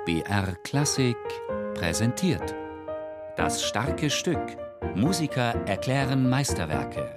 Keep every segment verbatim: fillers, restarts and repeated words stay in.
B R Klassik präsentiert das starke Stück. Musiker erklären Meisterwerke.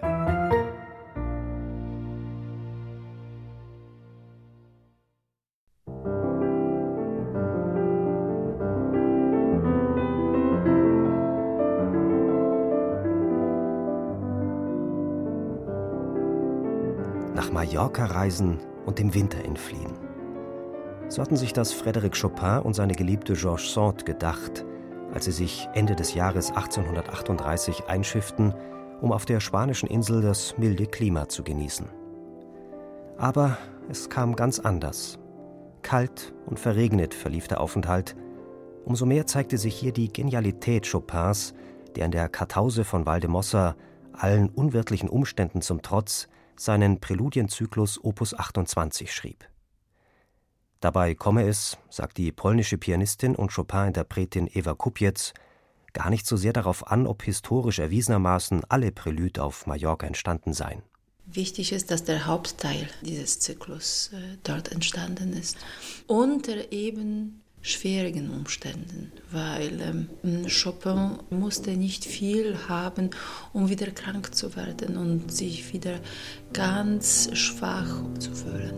Nach Mallorca reisen und dem Winter entfliehen. So hatten sich das Frédéric Chopin und seine geliebte George Sand gedacht, als sie sich Ende des Jahres achtzehnhundertachtunddreißig einschifften, um auf der spanischen Insel das milde Klima zu genießen. Aber es kam ganz anders. Kalt und verregnet verlief der Aufenthalt. Umso mehr zeigte sich hier die Genialität Chopins, der in der Kartause von Valdemossa allen unwirtlichen Umständen zum Trotz seinen Präludienzyklus Opus achtundzwanzig schrieb. Dabei komme es, sagt die polnische Pianistin und Chopin-Interpretin Ewa Kupiec, gar nicht so sehr darauf an, ob historisch erwiesenermaßen alle Prälüde auf Mallorca entstanden seien. Wichtig ist, dass der Hauptteil dieses Zyklus äh, dort entstanden ist. Unter eben schwierigen Umständen, weil ähm, Chopin musste nicht viel haben, um wieder krank zu werden und sich wieder ganz schwach zu fühlen.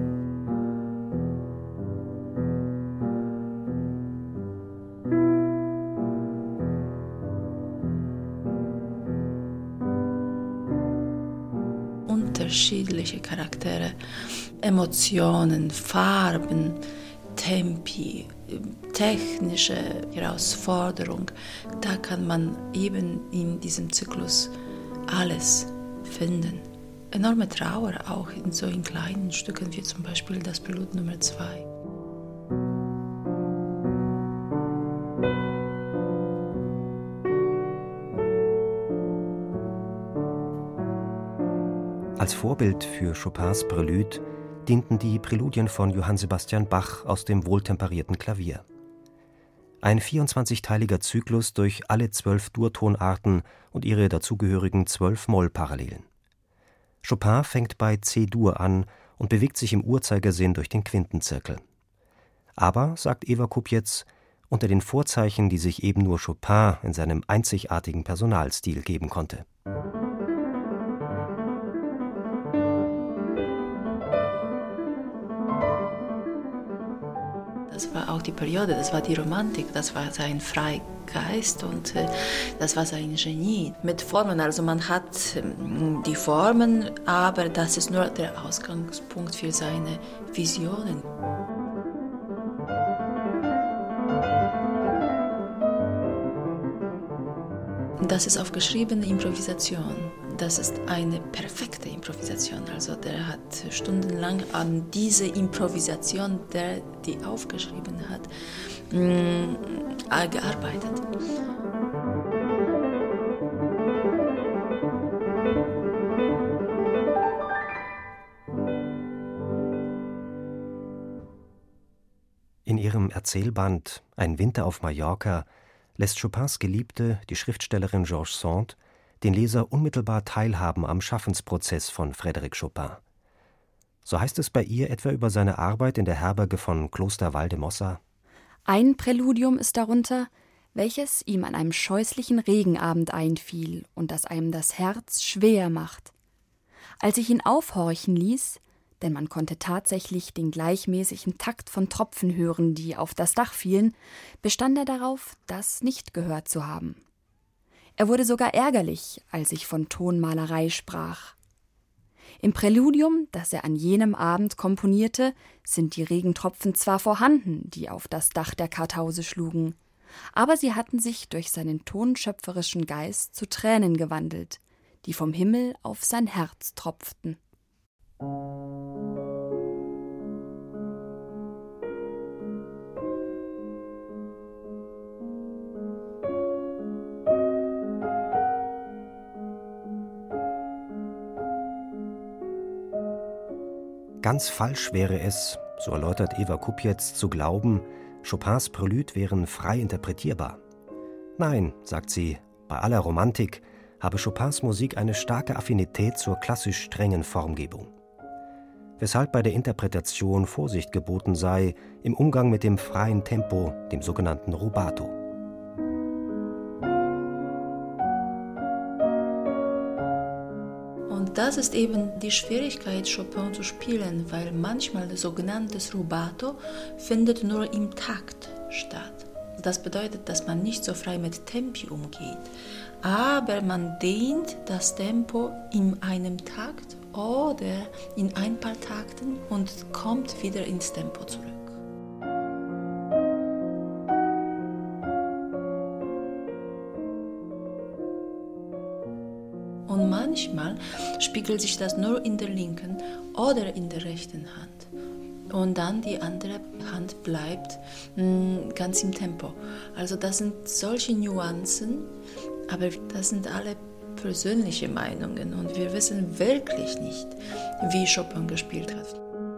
Unterschiedliche Charaktere, Emotionen, Farben, Tempi, technische Herausforderung, da kann man eben in diesem Zyklus alles finden. Enorme Trauer auch in so in kleinen Stücken wie zum Beispiel das Prälud Nummer zwei. Als Vorbild für Chopins Prälud dienten die Präludien von Johann Sebastian Bach aus dem wohltemperierten Klavier. Ein vierundzwanzigteiliger Zyklus durch alle zwölf Durtonarten und ihre dazugehörigen zwölf Mollparallelen. Chopin fängt bei C-Dur an und bewegt sich im Uhrzeigersinn durch den Quintenzirkel. Aber, sagt Ewa Kupiec, unter den Vorzeichen, die sich eben nur Chopin in seinem einzigartigen Personalstil geben konnte. Das war auch die Periode, das war die Romantik, das war sein Freigeist und äh, das war sein Genie. Mit Formen, also man hat äh, die Formen, aber das ist nur der Ausgangspunkt für seine Visionen. Das ist aufgeschriebene Improvisation. Das ist eine perfekte Improvisation. Also der hat stundenlang an diese Improvisation, der die aufgeschrieben hat, mh, gearbeitet. In ihrem Erzählband »Ein Winter auf Mallorca« lässt Chopins Geliebte, die Schriftstellerin George Sand, den Leser unmittelbar teilhaben am Schaffensprozess von Frédéric Chopin. So heißt es bei ihr etwa über seine Arbeit in der Herberge von Kloster Valdemossa. Ein Präludium ist darunter, welches ihm an einem scheußlichen Regenabend einfiel und das einem das Herz schwer macht. Als ich ihn aufhorchen ließ, denn man konnte tatsächlich den gleichmäßigen Takt von Tropfen hören, die auf das Dach fielen, bestand er darauf, das nicht gehört zu haben. Er wurde sogar ärgerlich, als ich von Tonmalerei sprach. Im Präludium, das er an jenem Abend komponierte, sind die Regentropfen zwar vorhanden, die auf das Dach der Kartause schlugen, aber sie hatten sich durch seinen tonschöpferischen Geist zu Tränen gewandelt, die vom Himmel auf sein Herz tropften. Ganz falsch wäre es, so erläutert Ewa Kupiec, zu glauben, Chopins Prälud wären frei interpretierbar. Nein, sagt sie, bei aller Romantik habe Chopins Musik eine starke Affinität zur klassisch strengen Formgebung. weshalb bei der Interpretation Vorsicht geboten sei im Umgang mit dem freien Tempo, dem sogenannten Rubato. Und das ist eben die Schwierigkeit, Chopin zu spielen, weil manchmal das sogenannte Rubato findet nur im Takt statt. Das bedeutet, dass man nicht so frei mit Tempi umgeht, aber man dehnt das Tempo in einem Takt oder in ein paar Takten und kommt wieder ins Tempo zurück. Und manchmal spiegelt sich das nur in der linken oder in der rechten Hand. Und dann die andere Hand bleibt mh, ganz im Tempo. Also das sind solche Nuancen, aber das sind alle persönliche Meinungen und wir wissen wirklich nicht, wie Chopin gespielt hat.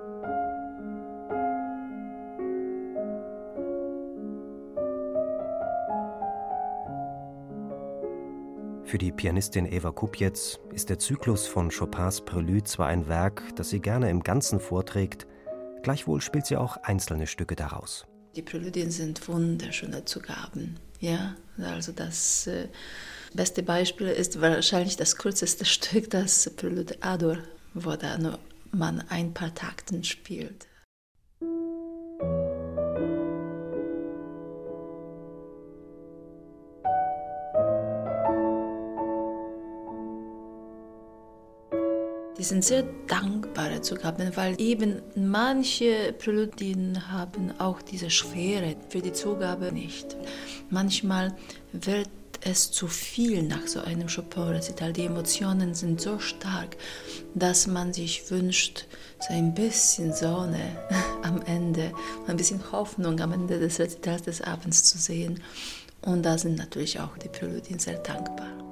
Für die Pianistin Eva Kupets ist der Zyklus von Chopins Prelude zwar ein Werk, das sie gerne im Ganzen vorträgt, gleichwohl spielt sie auch einzelne Stücke daraus. Die Präludien sind wunderschöne Zugaben. Ja, also das äh, beste Beispiel ist wahrscheinlich das kürzeste Stück, das Prelude Ador, wo da nur man ein paar Takten spielt. Die sind sehr dankbare Zugaben, weil eben manche Präludien haben auch diese Schwere für die Zugabe nicht. Manchmal wird es zu viel nach so einem Chopin-Rezital. Die Emotionen sind so stark, dass man sich wünscht, so ein bisschen Sonne am Ende, ein bisschen Hoffnung am Ende des Rezitals des Abends zu sehen. Und da sind natürlich auch die Präludien sehr dankbar.